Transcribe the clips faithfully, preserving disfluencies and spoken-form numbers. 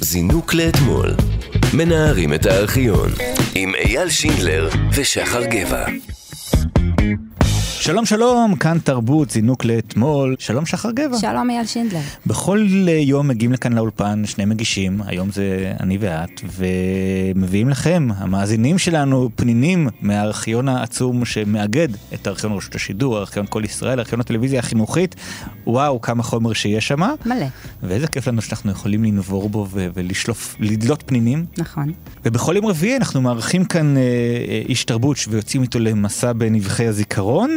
זינוק לאתמול. מנערים את הארכיון עם אייל שינדלר ושחר גבע. שלום שלום, כאן תרבות, זינוק לאתמול. שלום שחר גבע. שלום אייל שינדלר. בכל יום מגיעים לכאן לאולפן שני מגישים, היום זה אני ואת, ומביאים לכם, המאזינים שלנו, פנינים מהארכיון העצום שמאגד את הארכיון רשות השידור, הארכיון כל ישראל, הארכיון הטלוויזיה החינוכית. וואו, כמה חומר שיש שם. מלא. ואיזה כיף לנו שאנחנו יכולים לנבור בו ו- ולשלוף, לדלות פנינים. נכון. ובכל יום רביעי אנחנו מארחים כאן אה, אה, איש תרבות ויוצאים איתו למסע בנבחי הזיכרון,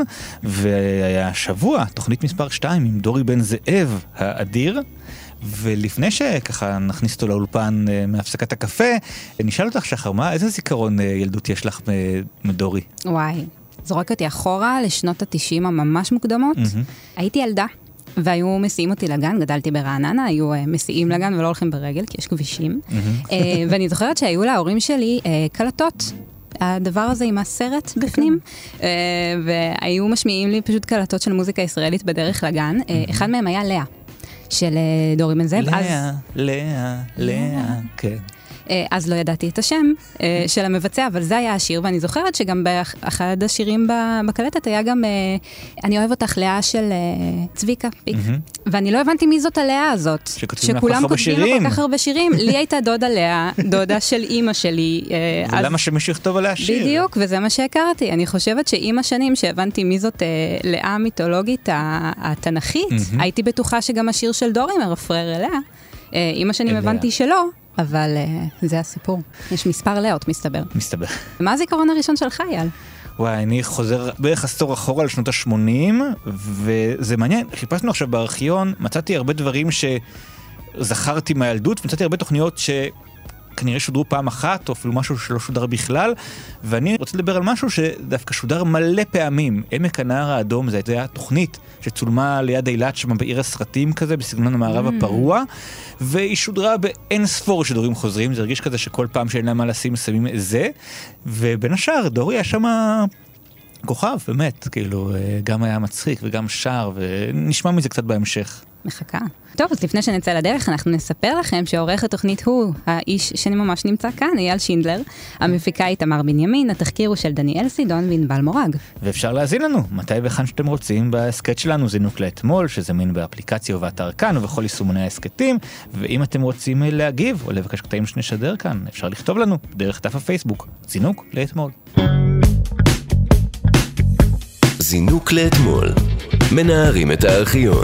והיה שבוע, תוכנית מספר שתיים עם דורי בן זאב האדיר, ולפני שככה נכניס אותו לאולפן אה, מהפסקת הקפה, נשאל אותך שחר, מה, איזה זיכרון אה, ילדות יש לך מדורי? וואי, זורק אותי אחורה לשנות התשעים הממש מוקדמות. Mm-hmm. הייתי ילדה. והיו מסיעים אותי לגן, גדלתי ברעננה, היו uh, מסיעים לגן ולא הולכים ברגל, כי יש כבישים. Mm-hmm. uh, ואני זוכרת שהיו להורים שלי uh, קלטות, הדבר הזה עם הסרט בפנים, uh, והיו משמיעים לי פשוט קלטות של מוזיקה ישראלית בדרך לגן. Mm-hmm. Uh, אחד מהם היה לאה, של uh, דורי בן זאב. לאה, אז... לאה, לאה, כן. אז לא ידעתי את השם של המבצע, אבל זה היה השיר, ואני זוכרת שגם באחד השירים בקלטת היה גם אני אוהב אותך לאה של צביקה פיק. ואני לא הבנתי מי זאת הלאה הזאת. שכולם כותבים לה כל כך הרבה שירים. לי הייתה דודה לאה, דודה של אימא שלי. ולמה שמישהו יכתוב עליה שיר? בדיוק, וזה מה שהכרתי. אני חושבת שעם השנים שהבנתי מי זאת לאה המיתולוגית התנכית, הייתי בטוחה שגם השיר של דורי מרפרר אליה. עם השנים הבנתי שלא. אבל uh, זה הסיפור. יש מספר לאות, מסתבר. מסתבר. מה הזיכרון הראשון שלך, אייל? וואי, אני חוזר בערך עשור אחורה לשנות ה-שמונים, וזה מעניין. חיפשנו עכשיו בארכיון, מצאתי הרבה דברים שזכרתי מהילדות, ומצאתי הרבה תוכניות שכנראה שודרו פעם אחת, או אפילו משהו שלא שודר בכלל, ואני רוצה לדבר על משהו שדווקא שודר מלא פעמים. עמק הנהר האדום, זה היה תוכנית שצולמה ליד אילת שם בעיר הסרטים כזה, בסגנון המערב mm. הפרוע, והיא שודרה באין ספור שידורים חוזרים, זה הרגיש כזה שכל פעם שאין להם מה לשים, שמים זה, ובין השאר, דורי היה שם כוכב, באמת, כאילו, גם היה מצחיק וגם שר, ונשמע מזה קצת בהמשך. מחכה. טוב, אז לפני שנצא לדרך, אנחנו נספר לכם שעורך התוכנית הוא האיש שממש נמצא כאן, אייל שינדלר, המפיקה היא תמר בנימין, התחקיר הוא של דניאל סידון וענבל מורג. ואפשר להזין לנו, מתי וכאן שאתם רוצים, בהסקט שלנו זינוק לאתמול, שזמין באפליקציה ובאתר כאן ובכל יישומוני ההסקטים, ואם אתם רוצים להגיב או לבקש קטעים שנשדר כאן, אפשר לכתוב לנו דרך דף הפייסבוק, זינוק לאתמול. זינוק לאתמול. מנערים את הארכיון.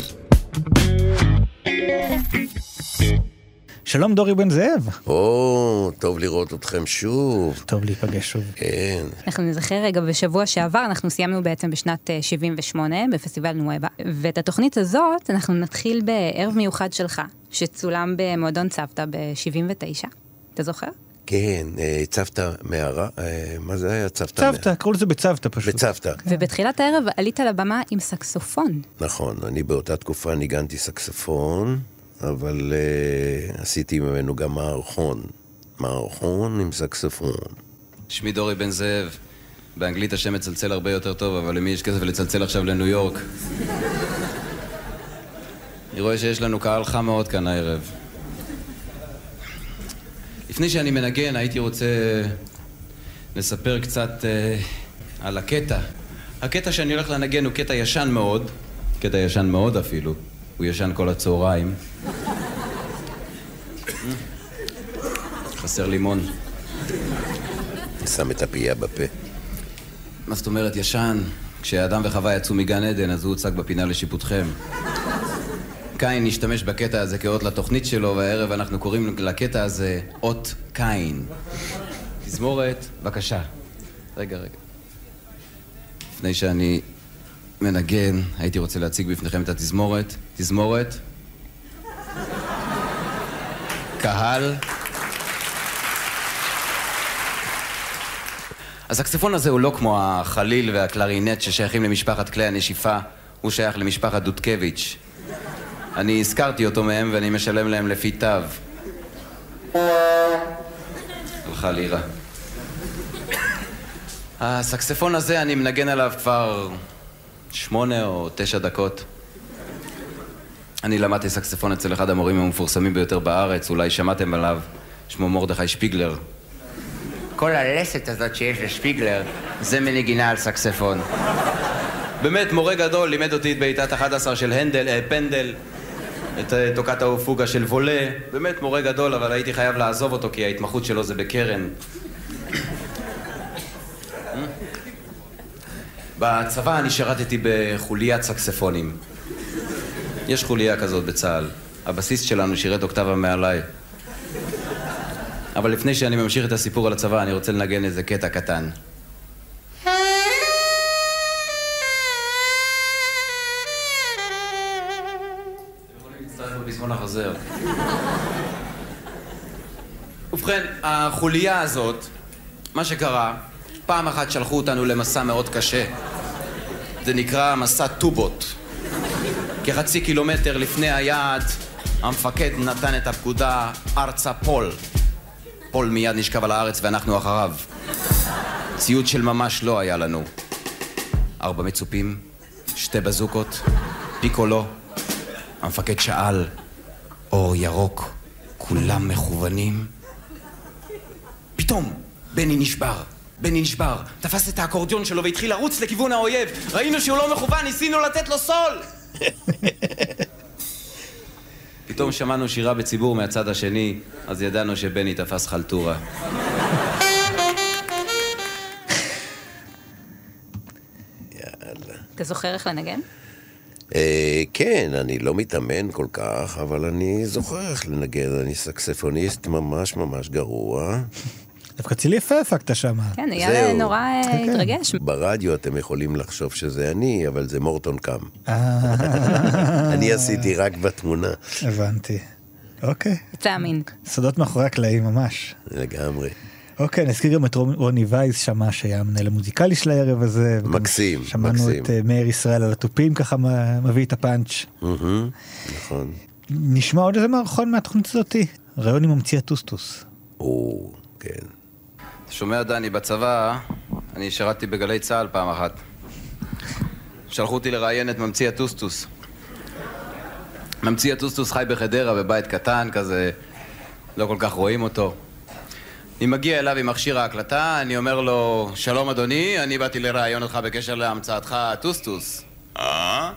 שלום דורי בן זאב. או, טוב לראות אתכם שוב. טוב להיפגש שוב. כן. אנחנו נזכר רגע בשבוע שעבר, אנחנו סיימנו בעצם בשנת שבעים ושמונה בפסטיבל נואבה, ואת התוכנית הזאת אנחנו נתחיל בערב מיוחד שלך, שצולם במועדון צוותא ב-שבעים ותשע. אתה זוכר? כן, צוותא מערה, מה זה היה? צוותא. צוותא, קראו לזה בצוותא פשוט. בצוותא. ובתחילת הערב עלית לבמה עם סקסופון. נכון, אני באותה תקופה ניגנתי סקסופון, אבל uh, עשיתי ממנו גם מערכון. מערכון עם סקסופון. שמי דורי בן זאב. באנגלית השם מצלצל הרבה יותר טוב, אבל למי יש כסף לצלצל עכשיו לניו יורק? אני רואה שיש לנו קהל חם מאוד כאן הערב. לפני שאני מנגן, הייתי רוצה לספר קצת uh, על הקטע. הקטע שאני הולך לנגן הוא קטע ישן מאוד, קטע ישן מאוד אפילו. הוא ישן כל הצהריים. חסר לימון. שם את הפייה בפה. מה זאת אומרת ישן? כשאדם וחווה יצאו מגן עדן, אז הוא הוצג בפינה לשיפוטכם. קין נשתמש בקטע הזה כאות לתוכנית שלו, והערב אנחנו קוראים לקטע הזה אות קין. תזמורת, בבקשה. רגע, רגע. לפני שאני מנגן, הייתי רוצה להציג בפניכם את התזמורת. תזמורת. קהל. הסקסופון הזה הוא לא כמו החליל והקלרינט ששייכים למשפחת כלי הנשיפה, הוא שייך למשפחת דודקביץ'. אני הזכרתי אותו מהם ואני משלם להם לפי תו. הלכה לירה. הסקסופון הזה אני מנגן עליו כבר שמונה או תשע דקות. אני למדתי סקספון אצל אחד המורים המפורסמים ביותר בארץ, אולי שמעתם עליו, שמו מרדכי שפיגלר. כל הלסת הזאת שיש לשפיגלר, זה מנגינה על סקספון. באמת, מורה גדול, לימד אותי את בעיטת אחת עשרה של הנדל, אה, פנדל, את תוקת הפוגה של וולה. באמת מורה גדול, אבל הייתי חייב לעזוב אותו, כי ההתמחות שלו זה בקרן. בצבא אני שירתתי בחוליית סקספונים. יש חוליה כזאת בצה"ל. הבסיס שלנו שירת אוקטבה מעליי. אבל לפני שאני ממשיך את הסיפור על הצבא, אני רוצה לנגן איזה קטע קטן. בזמן החוזר. ובכן, החוליה הזאת, מה שקרה, פעם אחת שלחו אותנו למסע מאוד קשה. זה נקרא מסע טובות. כחצי קילומטר לפני היעד, המפקד נתן את הפקודה ארצה פול. פול מיד נשכב על הארץ ואנחנו אחריו. ציוד של ממש לא היה לנו. ארבע מצופים, שתי בזוקות, פיקולו. המפקד שאל, אור ירוק, כולם מכוונים. פתאום, בני נשבר, בני נשבר, תפס את האקורדיון שלו והתחיל לרוץ לכיוון האויב. ראינו שהוא לא מכוון, ניסינו לתת לו סול. פתאום שמענו שירה בציבור מהצד השני, אז ידענו שבני תפס חלטורה. יאללה. אתה זוכר איך לנגן? אה, כן, אני לא מתאמן כל כך, אבל אני זוכר איך לנגן, אני סקספוניסט ממש ממש גרוע. דווקא צילי יפה הפקת שם. כן, היה נורא התרגש. ברדיו אתם יכולים לחשוב שזה אני, אבל זה מורטון קאם. אני עשיתי רק בתמונה. הבנתי. אוקיי. תאמין. סודות מאחורי הקלעים ממש. לגמרי. אוקיי, נזכיר גם את רוני וייס שמה שהיה המנהל המוזיקלי של הערב הזה. מקסים, שמענו מקסים. את מאיר ישראל על הטופים, ככה מביא את הפאנץ'. נכון. נשמע עוד איזה מערכון מהתוכנית הזאתי. רעיון עם ממציא הטוסטוס. או, כן. שומע דני, בצבא, אני שירתתי בגלי צהל פעם אחת. שלחו אותי לראיין את ממציא הטוסטוס. ממציא הטוסטוס חי בחדרה בבית קטן כזה, לא כל כך רואים אותו. אני מגיע אליו עם מכשיר ההקלטה, אני אומר לו, שלום אדוני, אני באתי לראיון אותך בקשר להמצאתך הטוסטוס. אה?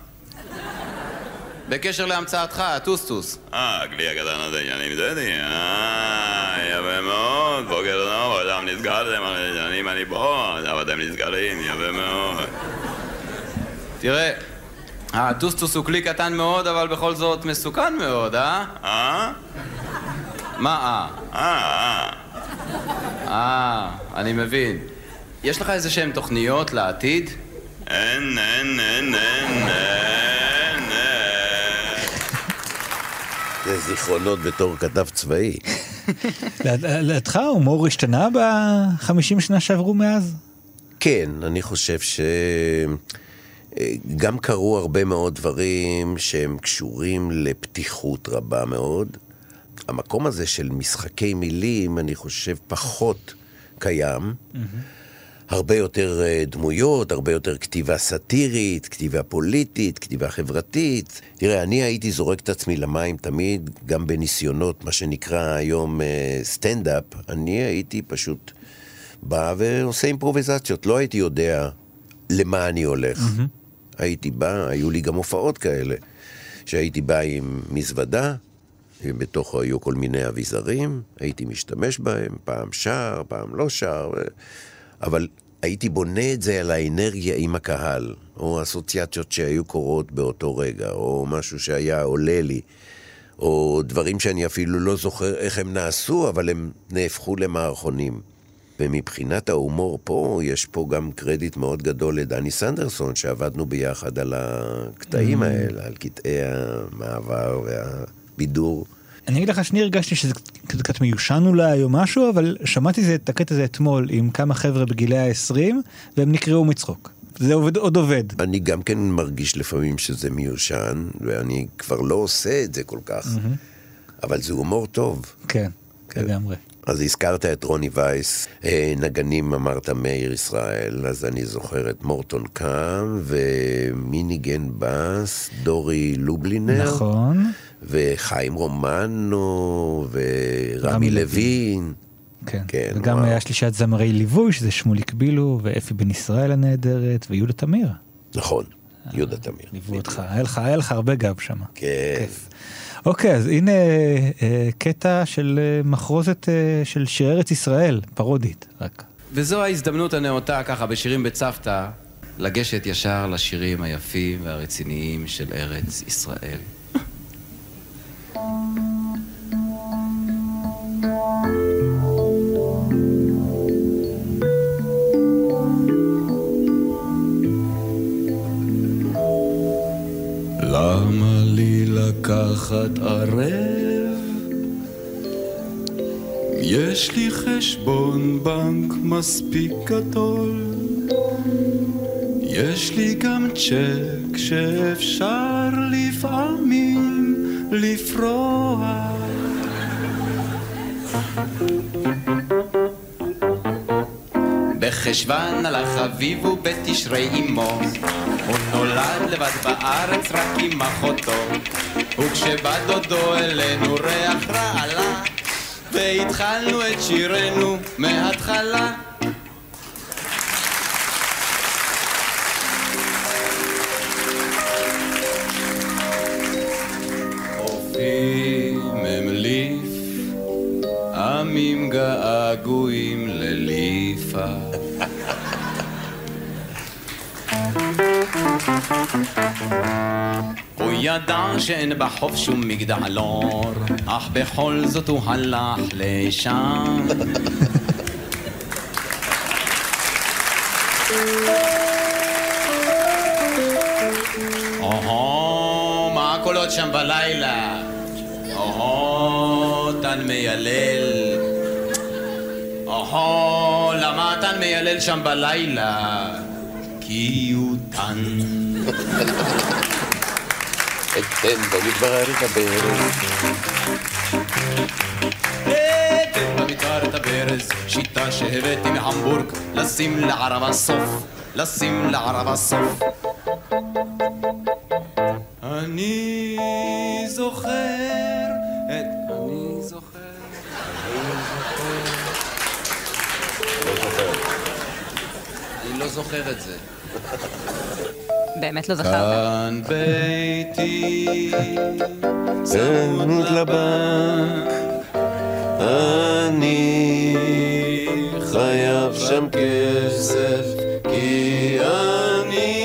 בקשר להמצאתך הטוסטוס. אה, הכלי הקטן הזה שאני מזדתי? אה, יפה מאוד, בוקר טוב, אתם נסגרתם, שנים אני פה, עכשיו אתם נסגרים, יפה מאוד. תראה, הטוסטוס הוא כלי קטן מאוד, אבל בכל זאת מסוכן מאוד, אה? אה? מה אה? אה, אה. אה, אני מבין. יש לך איזה שהן תוכניות לעתיד? אין, אין, אין, אין, אין, אין. זה זיכרונות בתור כתב צבאי. לדעתך ההומור השתנה בחמישים שנה שעברו מאז? כן, אני חושב שגם קרו הרבה מאוד דברים שהם קשורים לפתיחות רבה מאוד. המקום הזה של משחקי מילים, אני חושב, פחות קיים. Mm-hmm. הרבה יותר דמויות, הרבה יותר כתיבה סאטירית, כתיבה פוליטית, כתיבה חברתית. תראה, אני הייתי זורק את עצמי למים תמיד, גם בניסיונות, מה שנקרא היום סטנדאפ. אני הייתי פשוט בא ועושה אימפרוביזציות. לא הייתי יודע למה אני הולך. Mm-hmm. הייתי בא, היו לי גם הופעות כאלה, שהייתי בא עם מזוודה, בתוך היו כל מיני אביזרים, הייתי משתמש בהם, פעם שר, פעם לא שר, אבל הייתי בונה את זה על האנרגיה עם הקהל, או אסוציאציות שהיו קורות באותו רגע, או משהו שהיה עולה לי, או דברים שאני אפילו לא זוכר איך הם נעשו, אבל הם נהפכו למערכונים. ומבחינת ההומור פה, יש פה גם קרדיט מאוד גדול לדני סנדרסון, שעבדנו ביחד על הקטעים mm. האלה, על קטעי המעבר והבידור. אני אגיד לך שאני הרגשתי שזה קצת מיושן אולי או משהו, אבל שמעתי את הקטע הזה אתמול עם כמה חבר'ה בגילי ה-עשרים, והם נקראו מצחוק. זה עובד, עוד עובד. אני גם כן מרגיש לפעמים שזה מיושן, ואני כבר לא עושה את זה כל כך. Mm-hmm. אבל זה הומור טוב. כן, כן. לגמרי. אז הזכרת את רוני וייס, נגנים אמרת מאיר ישראל, אז אני זוכר את מורטון קאם, ומי ניגן בס, דורי לובלינר. נכון. וחיים רומנו, ורמי לוין. כן, כן, וגם וואו. היה שלישת זמרי ליווי, שזה שמוליק בילו, ואפי בן ישראל הנהדרת, ויהודה תמיר. נכון, יהודה תמיר. ליוו אותך, היה לך, היה לך הרבה גב שם. כן. כיף. אוקיי, אז הנה אה, קטע של אה, מחרוזת אה, של שיר ארץ ישראל, פרודית, רק. וזו ההזדמנות הנאותה, ככה, בשירים בצוותא, לגשת ישר לשירים היפים והרציניים של ארץ ישראל. למה לי לקחת ערב? יש לי חשבון בנק מספיק גדול, יש לי גם צ'ק שאפשר לפעמים לפרוע. בחשוון הלך אביב ובתשרי אמו, הוא נולד לבד בארץ רק עם אחותו, וכשבא דודו אלינו ריח רע עלה, והתחלנו את שירנו מההתחלה. אופים ממליף, עמים געגועים לליפה. הוא ידע שאין בחוף שום מגדלור, אך בכל זאת הוא הלך לשם. אוהו, מה הקולות שם בלילה? אוהו, תן מיילל. אוהו, למה תן מיילל שם בלילה? כי הוא תן. אתן במדבר את הברז. אתן במדבר את הברז, שיטה שהבאתי מהמבורג, לשים לערבה סוף, לשים לערבה סוף. אני זוכר את... אני זוכר... אני לא זוכר את זה. באמת לא זכרת. כאן ביתי צמוד לבנק, אני חייב שם כסף, כי אני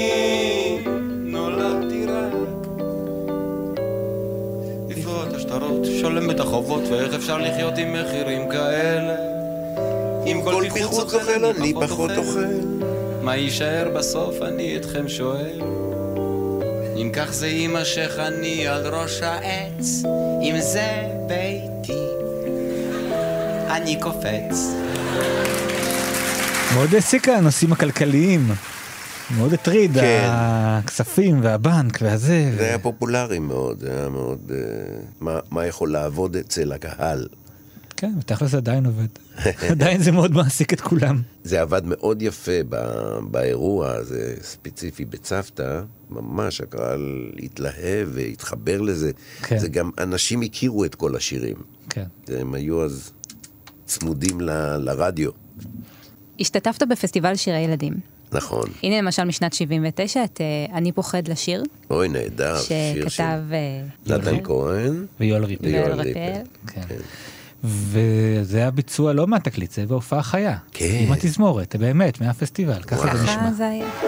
נולדתי רק לפרוע את השטרות, שולם את החובות, ואיך אפשר לחיות עם מחירים כאלה? אם כל פיחות אוכל אני פחות אוכל. מה יישאר בסוף אני אתכם שואל? אם כך זה יימשך אני על ראש העץ, אם זה ביתי אני קופץ. מאוד העסיקה הנושאים הכלכליים, מאוד הטריד, כן. הכספים והבנק והזה. זה היה פופולרי מאוד, זה היה מאוד... uh, מה, מה יכול לעבוד אצל הקהל. כן, בתכל'ס זה עדיין עובד. עדיין זה מאוד מעסיק את כולם. זה עבד מאוד יפה ב- באירוע הזה, ספציפי בצוותא, ממש הקהל התלהב והתחבר לזה. כן. זה גם, אנשים הכירו את כל השירים. כן. הם היו אז צמודים ל- לרדיו. השתתפת בפסטיבל שירי ילדים. נכון. הנה למשל משנת שבעים ותשע, את אה, אני פוחד לשיר, אוי, נהדר. שיר של שכתב אה, נתן כהן. ויואל ריפל. ויואל ויואל ריפל. ריפל. כן. וזה היה ביצוע לא מהתקליט, זה בהופעה חיה. כן. עם התזמורת, באמת, מהפסטיבל, ככה זה נשמע. ככה זה היה.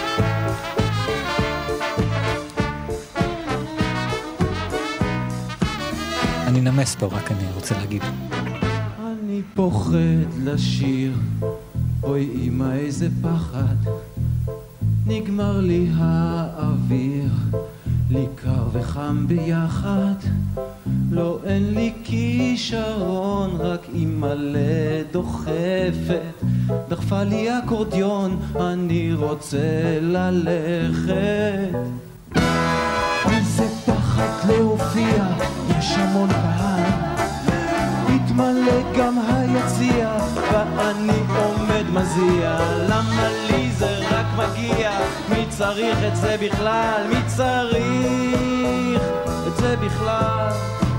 אני נמס פה, רק אני רוצה להגיד. אני פוחד לשיר, אוי אמא איזה פחד, נגמר לי האוויר, לי קר וחם ביחד, לא אין לי כישרון, רק אמא לדוחפת, דחפה לי אקורדיון, אני רוצה ללכת. איזה פחד להופיע, יש המון קהל, התמלא גם היציע ואני עומד מזיע, למה לי זה רק מגיע? מי צריך את זה בכלל? מי צריך את זה בכלל?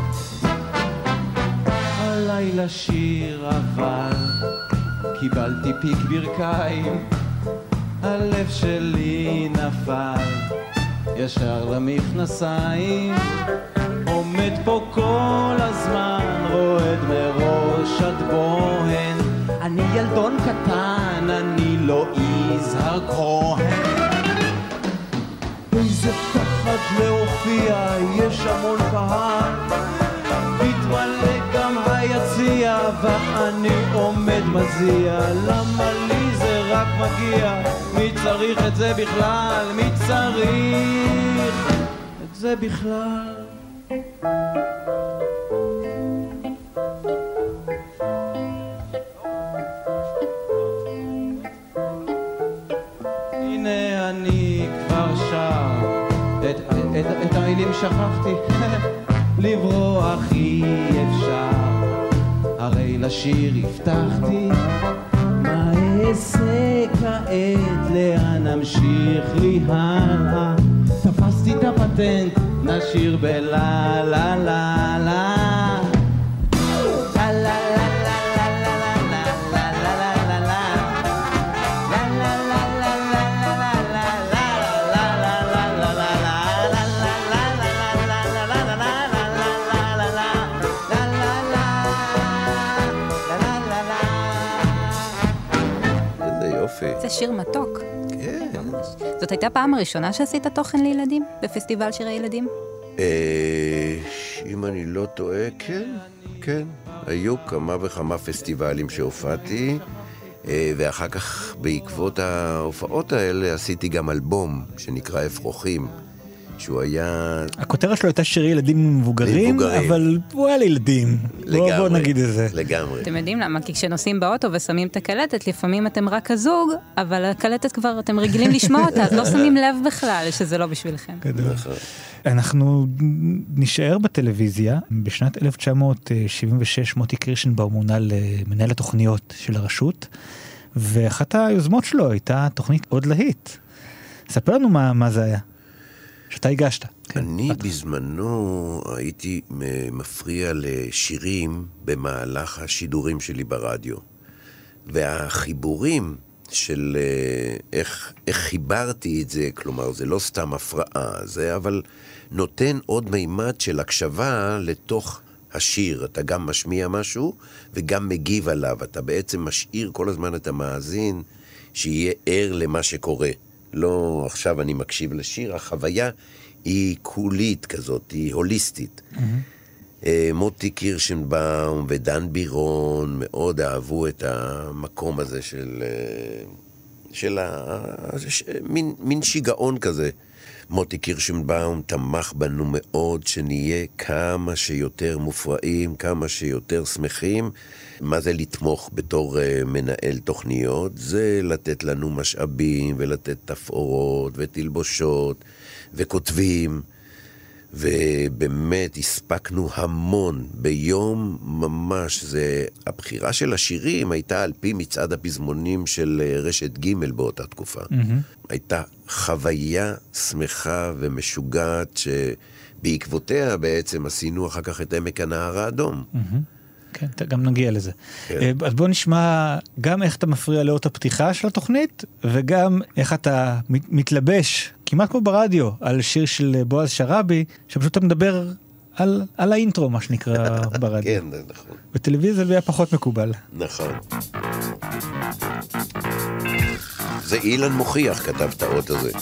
עליי לשיר אבל קיבלתי פיק ברכיים, הלב שלי נפל ישר למכנסיים, עומד פה כל הזמן רועד מראש עד בוהן, אני ילדון קטן, אני לא יזהר כהן. איזה פחד להופיע, יש המון קהל, מתמלא גם היציע ואני עומד מזיע, למה לי זה רק מגיע? מי צריך את זה בכלל? מי צריך את זה בכלל? הנה אני כבר שר את, את, את המילים שכחתי לברוח אי אפשר, הרי לשיר הבטחתי, מה אעשה כעת, לאן אמשיך לי הלאה, תפסתי את הפטנט, נשיר בלה לה לה לה זה שיר מתוק. כן. זאת הייתה פעם הראשונה שעשית תוכן לילדים? בפסטיבל שירי ילדים? אם אני לא טועה, כן, כן. היו כמה וכמה פסטיבלים שהופעתי, ואחר כך בעקבות ההופעות האלה עשיתי גם אלבום שנקרא אפרוחים, שהוא היה... הכותרת שלו הייתה שירי ילדים מבוגרים, אבל הוא היה לילדים. לגמרי, בוא נגיד את זה. לגמרי. אתם יודעים למה? כי כשנוסעים באוטו ושמים את הקלטת, לפעמים אתם רק הזוג, אבל הקלטת כבר אתם רגילים לשמוע אותה, אז לא שמים לב בכלל שזה לא בשבילכם. נכון. אנחנו נשאר בטלוויזיה. בשנת אלף תשע מאות שבעים ושש מוטי קירשנבאום מונה למנהל התוכניות של הרשות, ואחת היוזמות שלו הייתה תוכנית עוד להיט. ספר לנו מה, מה זה היה. שאתה הגשת. אני בזמנו הייתי מפריע לשירים במהלך השידורים שלי ברדיו. והחיבורים של איך, איך חיברתי את זה, כלומר זה לא סתם הפרעה, זה אבל נותן עוד מימד של הקשבה לתוך השיר. אתה גם משמיע משהו וגם מגיב עליו. אתה בעצם משאיר כל הזמן את המאזין שיהיה ער למה שקורה. לא עכשיו אני מקשיב לשיר, החוויה היא קולית כזאת, היא הוליסטית. Mm-hmm. מוטי קירשנבאום ודן בירון מאוד אהבו את המקום הזה של, של ה, ש, מין, מין שיגעון כזה. מוטי קירשנבאום תמך בנו מאוד שנהיה כמה שיותר מופרעים, כמה שיותר שמחים. מה זה לתמוך בתור uh, מנהל תוכניות? זה לתת לנו משאבים ולתת תפאורות ותלבושות וכותבים, ובאמת הספקנו המון ביום ממש. זה, הבחירה של השירים הייתה על פי מצעד הפזמונים של רשת ג' באותה תקופה. Mm-hmm. הייתה חוויה שמחה ומשוגעת שבעקבותיה בעצם עשינו אחר כך את עמק הנהר האדום. Mm-hmm. כן, גם נגיע לזה. כן. אז בוא נשמע גם איך אתה מפריע לאות הפתיחה של התוכנית, וגם איך אתה מתלבש, כמעט כמו ברדיו, על שיר של בועז שרבי, שפשוט אתה מדבר על, על האינטרו, מה שנקרא ברדיו. כן, נכון. בטלוויזיה זה היה פחות מקובל. נכון. זה אילן מוכיח כתב את האות הזה.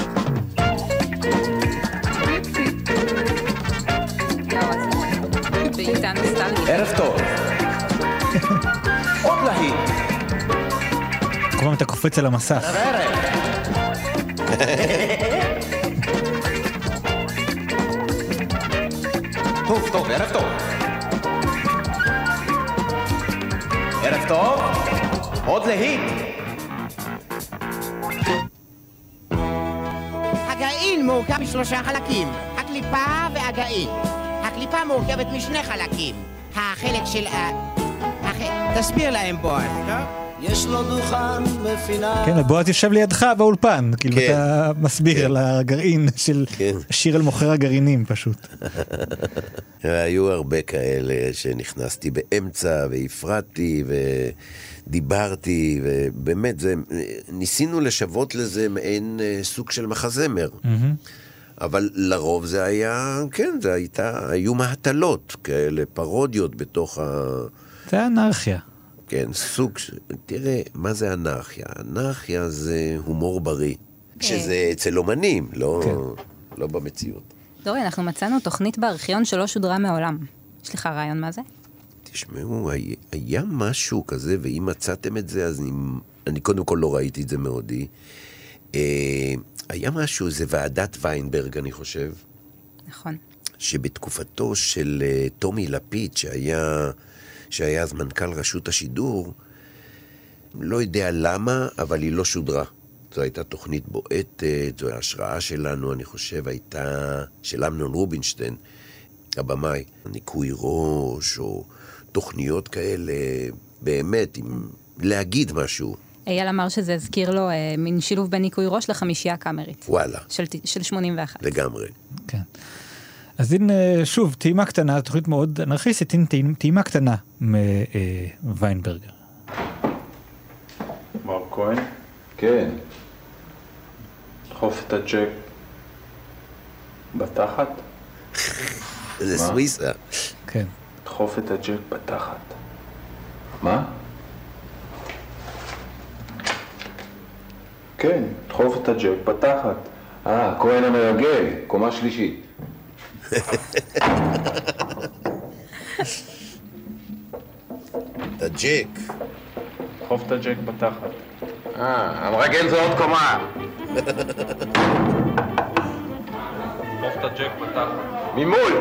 ערב טוב. עוד להיט. כל פעם אתה קופץ על המסך. טוב, טוב, ערב טוב. ערב טוב. עוד להיט. הגעיל מורכב משלושה חלקים, הקליפה והגעיל. הקליפה מורכבת משני חלקים, החלק של ה... אחי, תסביר להם בועז, טוב? יש לו דוכן בפינה. כן, בועז יושב לידך באולפן, כאילו כן. אתה מסביר כן. לגרעין של כן. שיר על מוכר הגרעינים פשוט. היו הרבה כאלה שנכנסתי באמצע והפרעתי ודיברתי, ובאמת זה, ניסינו לשוות לזה מעין סוג של מחזמר. אבל לרוב זה היה, כן, זה הייתה, היו מהטלות כאלה, פרודיות בתוך ה... זה אנרכיה. כן, סוג, ש... תראה, מה זה אנרכיה? אנרכיה זה הומור בריא. שזה אצל אומנים, לא, כן. לא במציאות. דורי, אנחנו מצאנו תוכנית בארכיון שלא שודרה מעולם. יש לך רעיון מה זה? תשמעו, היה, היה משהו כזה, ואם מצאתם את זה, אז אני, אני קודם כל לא ראיתי את זה מאודי. אה, היה משהו, זה ועדת ויינברג, אני חושב. נכון. שבתקופתו של uh, טומי לפיד, שהיה, שהיה אז מנכ"ל רשות השידור, לא יודע למה, אבל היא לא שודרה. זו הייתה תוכנית בועטת, זו ההשראה שלנו, אני חושב, הייתה של אמנון רובינשטיין, הבמאי, ניקוי ראש, או תוכניות כאלה, באמת, עם להגיד משהו. אייל אמר שזה הזכיר לו אה, מין שילוב בין ניקוי ראש לחמישייה קאמרית. וואלה. של, של שמונים ואחת. לגמרי. כן. אז הנה, שוב, טעימה קטנה, תוכנית מאוד אנרכיסטית, הנה טעימה קטנה מוויינברגר. מר כהן? כן. דחוף את הג'ק בתחת? זה סוויסה. כן. דחוף את הג'ק בתחת. מה? כן, דחוף את הג'ק בתחת. אה, כהן המרגל, קומה שלישית. את הג'ק. דחוף את הג'ק בתחת. אה, המרגל זה עוד קומה. דחוף את הג'ק בתחת. ממול!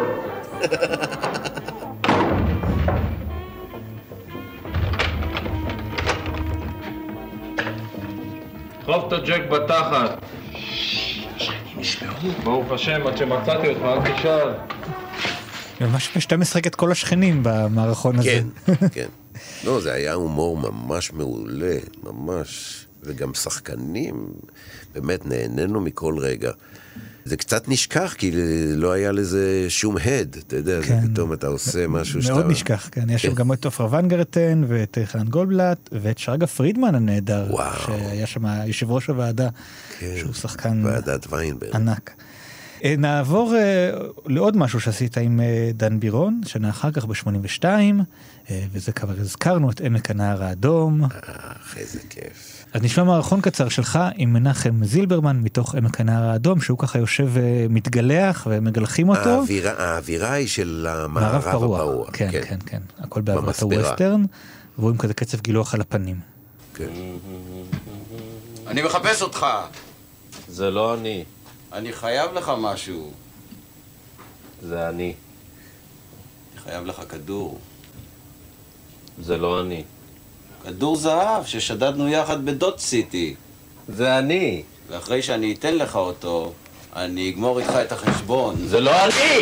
דחוף את הג'ק בתחת. ברוך השם, עד שמצאתי אותך, אל תשאל. ממש שאתה משחק את כל השכנים במערכון הזה. כן, כן. לא, זה היה הומור ממש מעולה, ממש, וגם שחקנים, באמת נהנינו מכל רגע. זה קצת נשכח, כי לא היה לזה שום הד, אתה יודע, כן. זה פתאום אתה עושה משהו שאתה... מאוד נשכח, כן. יש שם גם את עופרה ונגרטן, ואת חנן גולדבלט, ואת שרגא פרידמן הנהדר, וואו. שהיה שם יושב ראש הוועדה, כן. שהוא שחקן ועדת ויינברג. ענק. נעבור uh, לעוד משהו שעשית עם uh, דן בירון, שנה אחר כך ב-שמונים ושתיים, uh, וזה כבר הזכרנו את עמק הנהר האדום. אה, איזה כיף. אז נשמע מערכון קצר שלך עם מנחם זילברמן מתוך עמק הנהר האדום, שהוא ככה יושב uh, מתגלח ומגלחים אותו. האווירה, האווירה היא של המערב הפרוע. כן, כן, כן, כן. הכל בעברת הווסטרן, והוא עם כזה קצב גילוח על הפנים. כן. אני מחפש אותך. זה לא אני. אני חייב לך משהו. זה אני. אני חייב לך כדור. זה לא אני. כדור זהב ששדדנו יחד בדוט סיטי. זה אני. ואחרי שאני אתן לך אותו, אני אגמור איתך את החשבון. זה לא אני!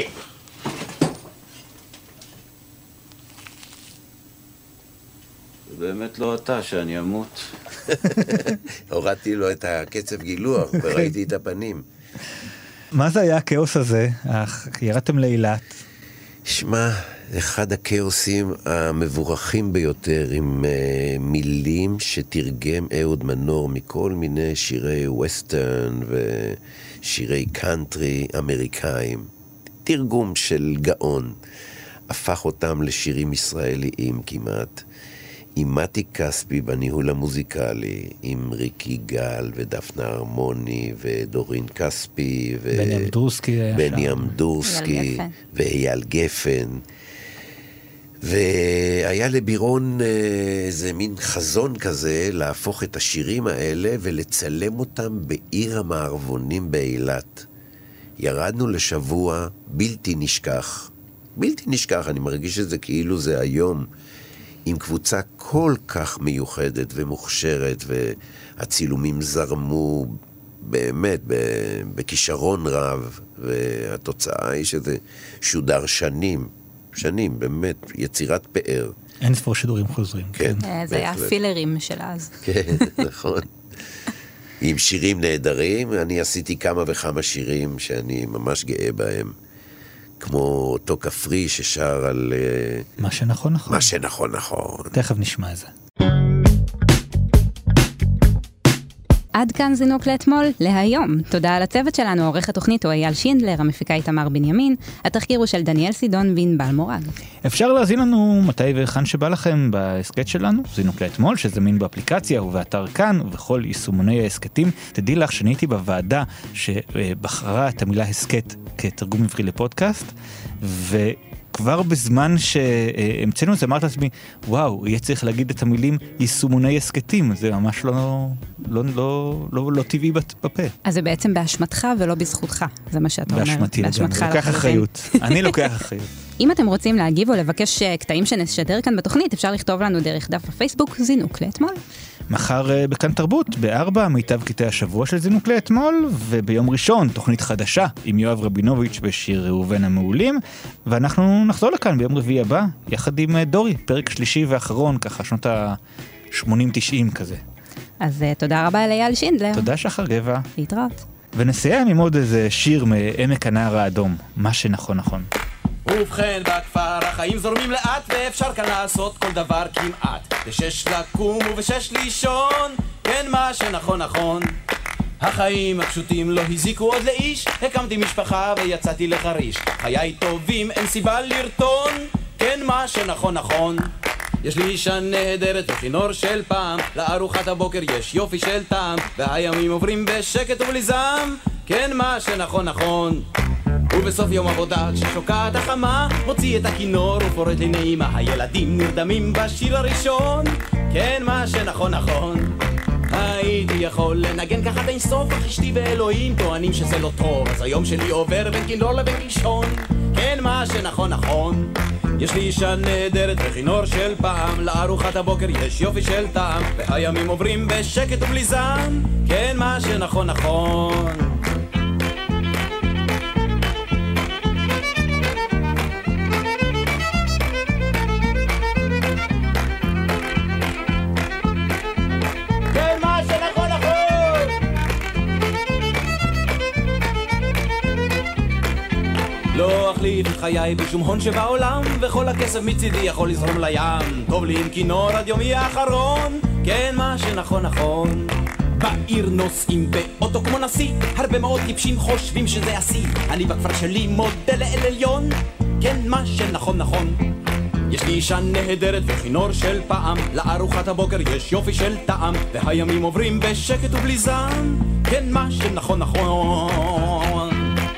זה באמת לא אתה שאני אמות. הורדתי לו את הקצב גילוח וראיתי את הפנים. מה זה היה הכאוס הזה? ירדתם לאילת. שמע, אחד הכאוסים המבורכים ביותר, עם uh, מילים שתרגם אהוד מנור מכל מיני שירי ווסטרן ושירי קאנטרי אמריקאים. תרגום של גאון. הפך אותם לשירים ישראליים כמעט. עם מתי כספי בניהול המוזיקלי, עם ריקי גל ודפנה הרמוני ודורין כספי ו... בני אמדורסקי בני אמדורסקי ואייל גפן. והיה לבירון איזה מין חזון כזה להפוך את השירים האלה ולצלם אותם בעיר המערבונים באילת. ירדנו לשבוע בלתי נשכח. בלתי נשכח, אני מרגיש את זה כאילו זה היום. עם קבוצה כל כך מיוחדת ומוכשרת, והצילומים זרמו באמת בכישרון רב, והתוצאה היא שזה שודר שנים, שנים, באמת, יצירת פאר. אין ספור שידורים חוזרים. כן. זה היה פילרים של אז. כן, נכון. עם שירים נהדרים, אני עשיתי כמה וכמה שירים שאני ממש גאה בהם. כמו אותו כפרי ששר על... מה שנכון נכון. מה שנכון נכון. תכף נשמע את זה. עד כאן זינוק לאתמול, להיום. תודה על הצוות שלנו, עורך התוכנית הוא אייל שינדלר, המפיקה איתמר בנימין, התחקיר הוא של דניאל סידון וענבל מורג. אפשר להזין לנו מתי וכאן שבא לכם בהסקט שלנו, זינוק לאתמול, שזמין באפליקציה ובאתר כאן ובכל יישומוני ההסקטים. תדעי לך שאני הייתי בוועדה שבחרה את המילה הסקט כתרגום עברי לפודקאסט, ו... כבר בזמן שהמצאנו את זה, אמרת לעצמי, וואו, יהיה צריך להגיד את המילים יישומוני הסקטים, זה ממש לא, לא, לא, לא, לא טבעי בפה. אז זה בעצם באשמתך ולא בזכותך, זה מה שאתה אומר. באשמתי לגמרי, לוקח אחריות. אני לוקח אחריות. אם אתם רוצים להגיב או לבקש קטעים שנשדר כאן בתוכנית, אפשר לכתוב לנו דרך דף הפייסבוק, זינוק לאתמול. מחר בכאן תרבות, בארבע, מיטב קטעי השבוע של זינוק לאתמול, וביום ראשון, תוכנית חדשה עם יואב רבינוביץ' בשיר ראובן המעולים, ואנחנו נחזור לכאן ביום רביעי הבא, יחד עם דורי, פרק שלישי ואחרון, ככה שנות ה-שמונים תשעים כזה. אז תודה רבה לאייל שינדלר. תודה שחר גבע. להתראות. ונסיים עם עוד איזה שיר מעמק הנהר האדום, מה שנכון נכון. ובכן בכפר החיים זורמים לאט ואפשר כאן לעשות כל דבר כמעט בשש לקום ובשש לישון, כן מה שנכון נכון. החיים הפשוטים לא הזיקו עוד לאיש, הקמתי משפחה ויצאתי לחריש, חיי טובים אין סיבה לרטון, כן מה שנכון נכון. יש לי אישה נהדרת וכינור של פעם, לארוחת הבוקר יש יופי של טעם, והימים עוברים בשקט ובלי זעם, כן מה שנכון נכון. ובסוף יום עבודה כששוקעת החמה, מוציא את הכינור ופורט לי נעימה, הילדים נרדמים בשיר הראשון, כן מה שנכון נכון. הייתי יכול לנגן ככה בין סוף, אך אשתי ואלוהים טוענים שזה לא טוב, אז היום שלי עובר בין כינור לבין לישון, כן מה שנכון נכון. יש לי אישה נהדרת וכינור של פעם, לארוחת הבוקר יש יופי של טעם, והימים עוברים בשקט ובלי זעם, כן מה שנכון נכון. לא אחליף את חיי בשום הון שבעולם, וכל הכסף מצידי יכול לזרום לים, טוב לי עם כינור עד יומי האחרון, כן מה שנכון נכון. בעיר נוסעים באוטו כמו נשיא, הרבה מאוד טיפשים חושבים שזה השיא, אני בכפר שלי מודה לאל עליון, כן מה שנכון נכון. יש לי אישה נהדרת וכינור של פעם, לארוחת הבוקר יש יופי של טעם, והימים עוברים בשקט ובלי זעם, כן מה שנכון נכון.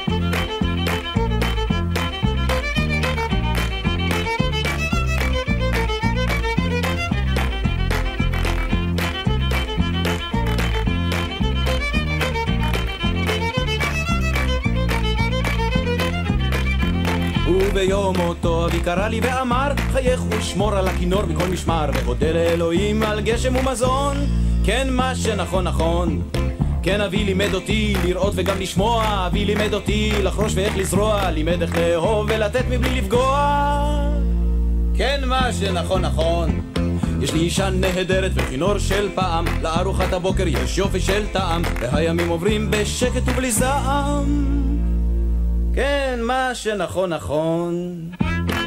וביום אותו אבי קרא לי ואמר, חייך ושמור על הכינור מכל משמר, והודה לאלוהים על גשם ומזון, כן מה שנכון נכון. כן אבי לימד אותי לראות וגם לשמוע, אבי לימד אותי לחרוש ואיך לזרוע, לימד איך לאהוב ולתת מבלי לפגוע, כן מה שנכון נכון. יש לי אישה נהדרת וכינור של פעם, לארוחת הבוקר יש יופי של טעם, והימים עוברים בשקט ובלי זעם, כן מה שנכון נכון.